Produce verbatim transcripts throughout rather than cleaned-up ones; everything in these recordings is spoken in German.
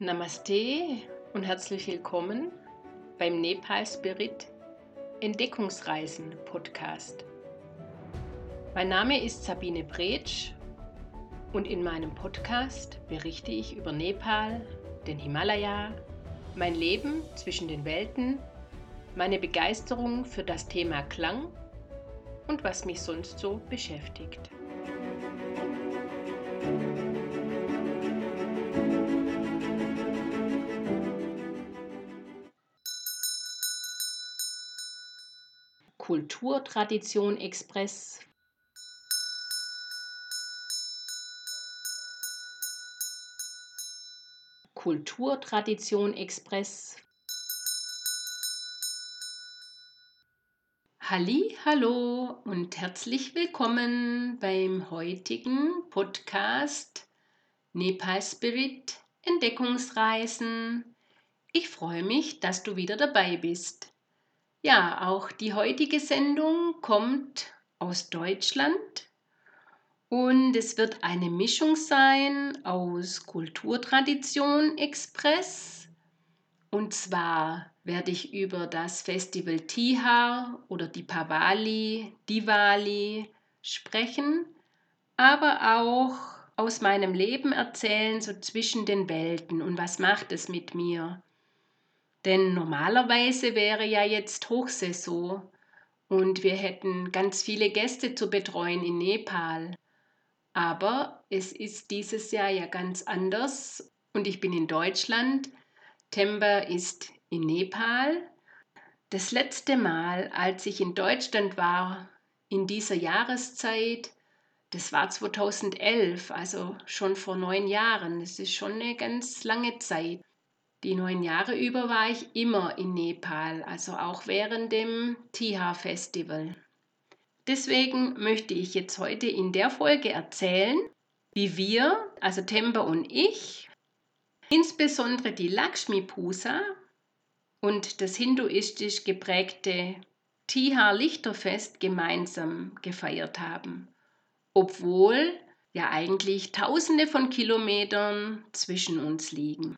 Namaste und herzlich willkommen beim Nepal Spirit Entdeckungsreisen Podcast. Mein Name ist Sabine Bretsch und in meinem Podcast berichte ich über Nepal, den Himalaya, mein Leben zwischen den Welten, meine Begeisterung für das Thema Klang und was mich sonst so beschäftigt. Kulturtradition Express. Kulturtradition Express. Halli, hallo und herzlich willkommen beim heutigen Podcast Nepal Spirit Entdeckungsreisen. Ich freue mich, dass du wieder dabei bist. Ja, auch die heutige Sendung kommt aus Deutschland und es wird eine Mischung sein aus Kulturtradition Express. Und zwar werde ich über das Festival Tihar oder Deepavali, Diwali sprechen, aber auch aus meinem Leben erzählen, so zwischen den Welten und was macht es mit mir. Denn normalerweise wäre ja jetzt Hochsaison und wir hätten ganz viele Gäste zu betreuen in Nepal. Aber es ist dieses Jahr ja ganz anders und ich bin in Deutschland. Tember ist in Nepal. Das letzte Mal, als ich in Deutschland war, in dieser Jahreszeit, das war zweitausendelf, also schon vor neun Jahren. Das ist schon eine ganz lange Zeit. Die neun Jahre über war ich immer in Nepal, also auch während dem Tihar-Festival. Deswegen möchte ich jetzt heute in der Folge erzählen, wie wir, also Temba und ich, insbesondere die Lakshmi Puja und das hinduistisch geprägte Tihar-Lichterfest gemeinsam gefeiert haben, obwohl ja eigentlich Tausende von Kilometern zwischen uns liegen.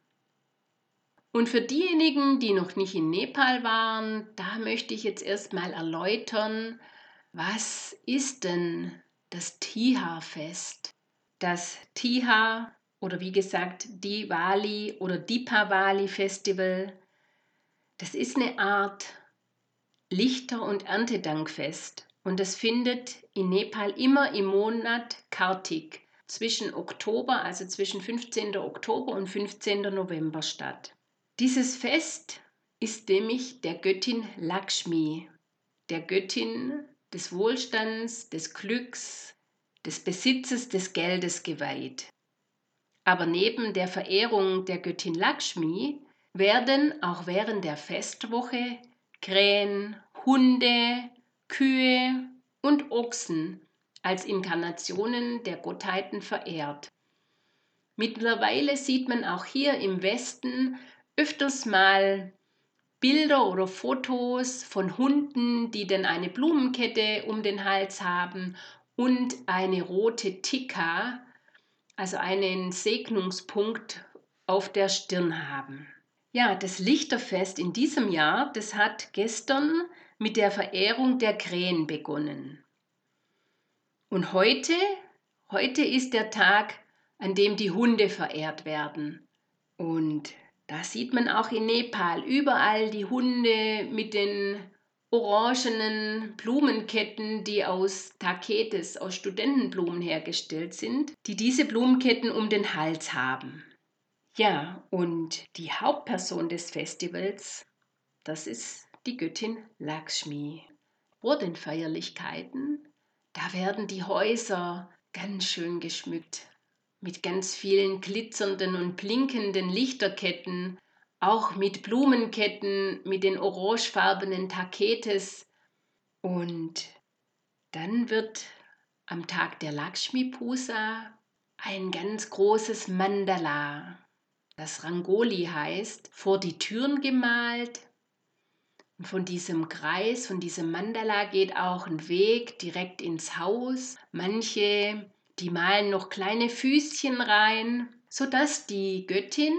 Und für diejenigen, die noch nicht in Nepal waren, da möchte ich jetzt erstmal erläutern, was ist denn das Tihar-Fest? Das Tihar oder wie gesagt Diwali oder Deepavali Festival, das ist eine Art Lichter- und Erntedankfest und das findet in Nepal immer im Monat Kartik zwischen Oktober, also zwischen fünfzehnten Oktober und fünfzehnten November statt. Dieses Fest ist nämlich der Göttin Lakshmi, der Göttin des Wohlstands, des Glücks, des Besitzes, des Geldes geweiht. Aber neben der Verehrung der Göttin Lakshmi werden auch während der Festwoche Krähen, Hunde, Kühe und Ochsen als Inkarnationen der Gottheiten verehrt. Mittlerweile sieht man auch hier im Westen öfters mal Bilder oder Fotos von Hunden, die dann eine Blumenkette um den Hals haben und eine rote Tikka, also einen Segnungspunkt auf der Stirn haben. Ja, das Lichterfest in diesem Jahr, das hat gestern mit der Verehrung der Krähen begonnen. Und heute, heute ist der Tag, an dem die Hunde verehrt werden. Und da sieht man auch in Nepal überall die Hunde mit den orangenen Blumenketten, die aus Taketes, aus Studentenblumen hergestellt sind, die diese Blumenketten um den Hals haben. Ja, und die Hauptperson des Festivals, das ist die Göttin Lakshmi. Vor den Feierlichkeiten, da werden die Häuser ganz schön geschmückt mit ganz vielen glitzernden und blinkenden Lichterketten, auch mit Blumenketten, mit den orangefarbenen Taketes. Und dann wird am Tag der Lakshmi Puja ein ganz großes Mandala, das Rangoli heißt, vor die Türen gemalt. Und von diesem Kreis, von diesem Mandala geht auch ein Weg direkt ins Haus. Manche, die malen noch kleine Füßchen rein, sodass die Göttin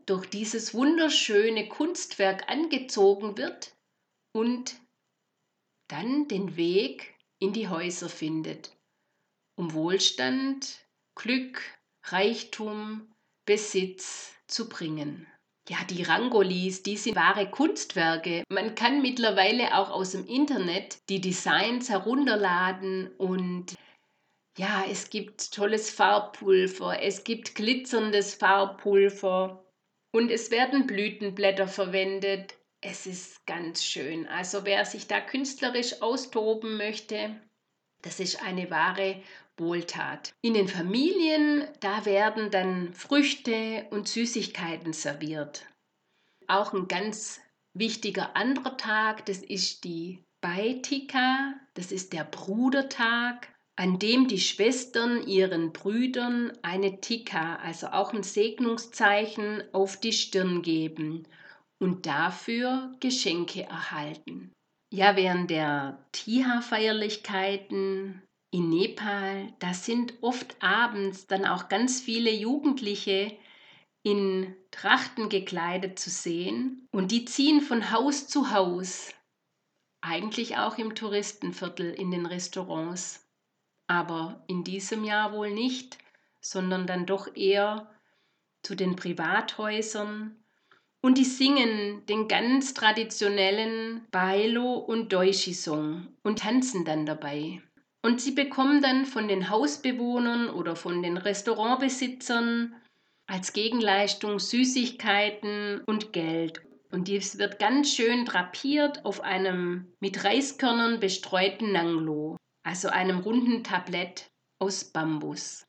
durch dieses wunderschöne Kunstwerk angezogen wird und dann den Weg in die Häuser findet, um Wohlstand, Glück, Reichtum, Besitz zu bringen. Ja, die Rangolis, die sind wahre Kunstwerke. Man kann mittlerweile auch aus dem Internet die Designs herunterladen und ja, es gibt tolles Farbpulver, es gibt glitzerndes Farbpulver und es werden Blütenblätter verwendet. Es ist ganz schön. Also wer sich da künstlerisch austoben möchte, das ist eine wahre Wohltat. In den Familien, da werden dann Früchte und Süßigkeiten serviert. Auch ein ganz wichtiger anderer Tag, das ist die Baitika, das ist der Brudertag, an dem die Schwestern ihren Brüdern eine Tika, also auch ein Segnungszeichen, auf die Stirn geben und dafür Geschenke erhalten. Ja, während der Tiha-Feierlichkeiten in Nepal, da sind oft abends dann auch ganz viele Jugendliche in Trachten gekleidet zu sehen und die ziehen von Haus zu Haus, eigentlich auch im Touristenviertel in den Restaurants, aber in diesem Jahr wohl nicht, sondern dann doch eher zu den Privathäusern. Und die singen den ganz traditionellen Bailo- und Doishi-Song und tanzen dann dabei. Und sie bekommen dann von den Hausbewohnern oder von den Restaurantbesitzern als Gegenleistung Süßigkeiten und Geld. Und dies wird ganz schön drapiert auf einem mit Reiskörnern bestreuten Nanglo, also einem runden Tablett aus Bambus.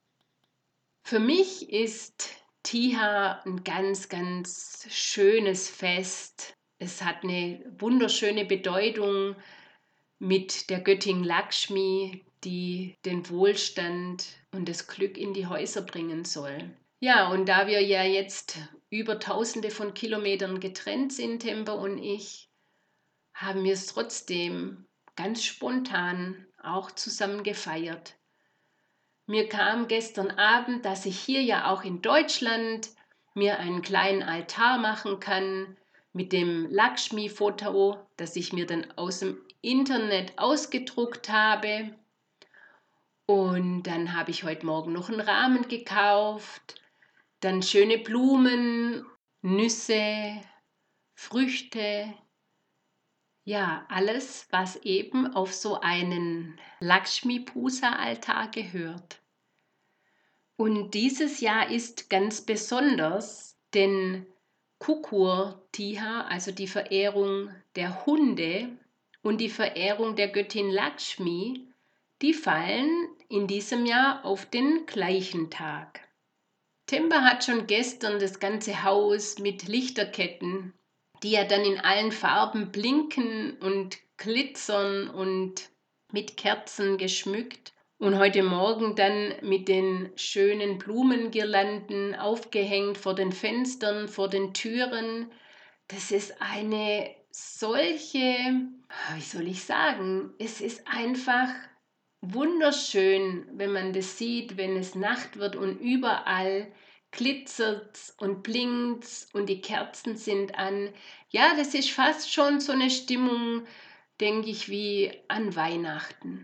Für mich ist Tiha ein ganz, ganz schönes Fest. Es hat eine wunderschöne Bedeutung mit der Göttin Lakshmi, die den Wohlstand und das Glück in die Häuser bringen soll. Ja, und da wir ja jetzt über tausende von Kilometern getrennt sind, Temper und ich, haben wir es trotzdem ganz spontan auch zusammen gefeiert. Mir kam gestern Abend, dass ich hier ja auch in Deutschland mir einen kleinen Altar machen kann mit dem Lakshmi-Foto, das ich mir dann aus dem Internet ausgedruckt habe. Und dann habe ich heute Morgen noch einen Rahmen gekauft, dann schöne Blumen, Nüsse, Früchte, ja, alles, was eben auf so einen Lakshmi-Puja-Altar gehört. Und dieses Jahr ist ganz besonders, denn Kukur Tiha, also die Verehrung der Hunde und die Verehrung der Göttin Lakshmi, die fallen in diesem Jahr auf den gleichen Tag. Timber hat schon gestern das ganze Haus mit Lichterketten, die ja dann in allen Farben blinken und glitzern und mit Kerzen geschmückt. Und heute Morgen dann mit den schönen Blumengirlanden aufgehängt vor den Fenstern, vor den Türen. Das ist eine solche, wie soll ich sagen, es ist einfach wunderschön, wenn man das sieht, wenn es Nacht wird und überall glitzert's und blinkt's und die Kerzen sind an. Ja, das ist fast schon so eine Stimmung, denke ich, wie an Weihnachten.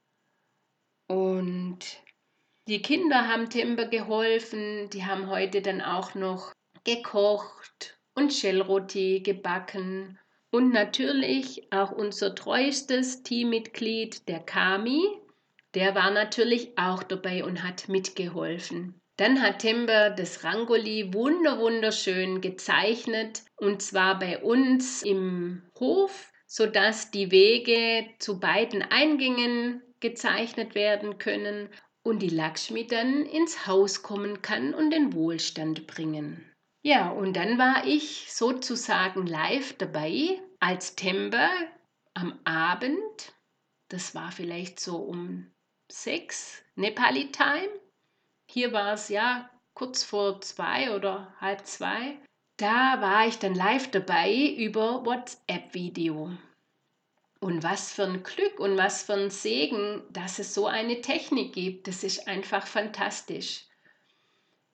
Und die Kinder haben Timber geholfen, die haben heute dann auch noch gekocht und Shellroti gebacken. Und natürlich auch unser treuestes Teammitglied, der Kami, der war natürlich auch dabei und hat mitgeholfen. Dann hat Timber das Rangoli wunder wunderschön gezeichnet und zwar bei uns im Hof, sodass die Wege zu beiden Eingängen gezeichnet werden können und die Lakshmi dann ins Haus kommen kann und den Wohlstand bringen. Ja, und dann war ich sozusagen live dabei als Temper am Abend, das war vielleicht so um sechs Nepali Time. Hier war es ja kurz vor zwei oder halb zwei. Da war ich dann live dabei über WhatsApp-Video. Und was für ein Glück und was für ein Segen, dass es so eine Technik gibt. Das ist einfach fantastisch.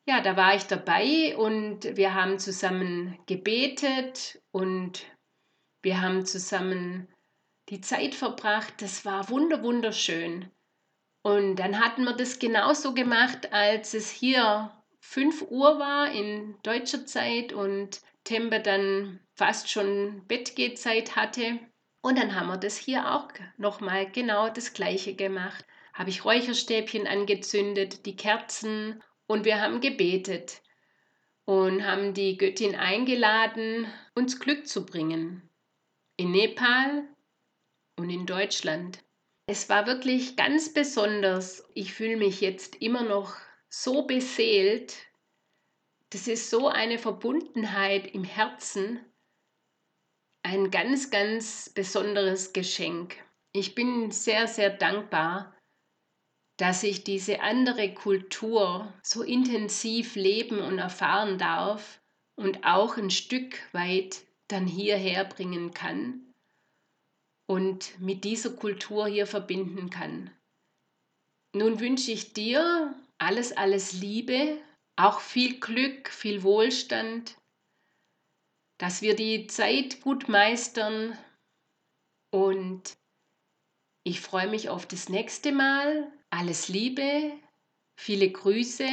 Ja, da war ich dabei und wir haben zusammen gebetet und wir haben zusammen die Zeit verbracht. Das war wunder wunderschön. Und dann hatten wir das genauso gemacht, als es hier fünf Uhr war in deutscher Zeit und Tempe dann fast schon Bettgehzeit hatte. Und dann haben wir das hier auch nochmal genau das Gleiche gemacht. Habe ich Räucherstäbchen angezündet, die Kerzen und wir haben gebetet und haben die Göttin eingeladen, uns Glück zu bringen. In Nepal und in Deutschland. Es war wirklich ganz besonders. Ich fühle mich jetzt immer noch so beseelt. Das ist so eine Verbundenheit im Herzen. Ein ganz, ganz besonderes Geschenk. Ich bin sehr, sehr dankbar, dass ich diese andere Kultur so intensiv leben und erfahren darf und auch ein Stück weit dann hierher bringen kann und mit dieser Kultur hier verbinden kann. Nun wünsche ich dir alles, alles Liebe, auch viel Glück, viel Wohlstand, dass wir die Zeit gut meistern und ich freue mich auf das nächste Mal. Alles Liebe, viele Grüße,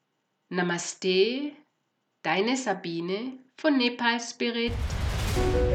Namaste, deine Sabine von Nepal Spirit.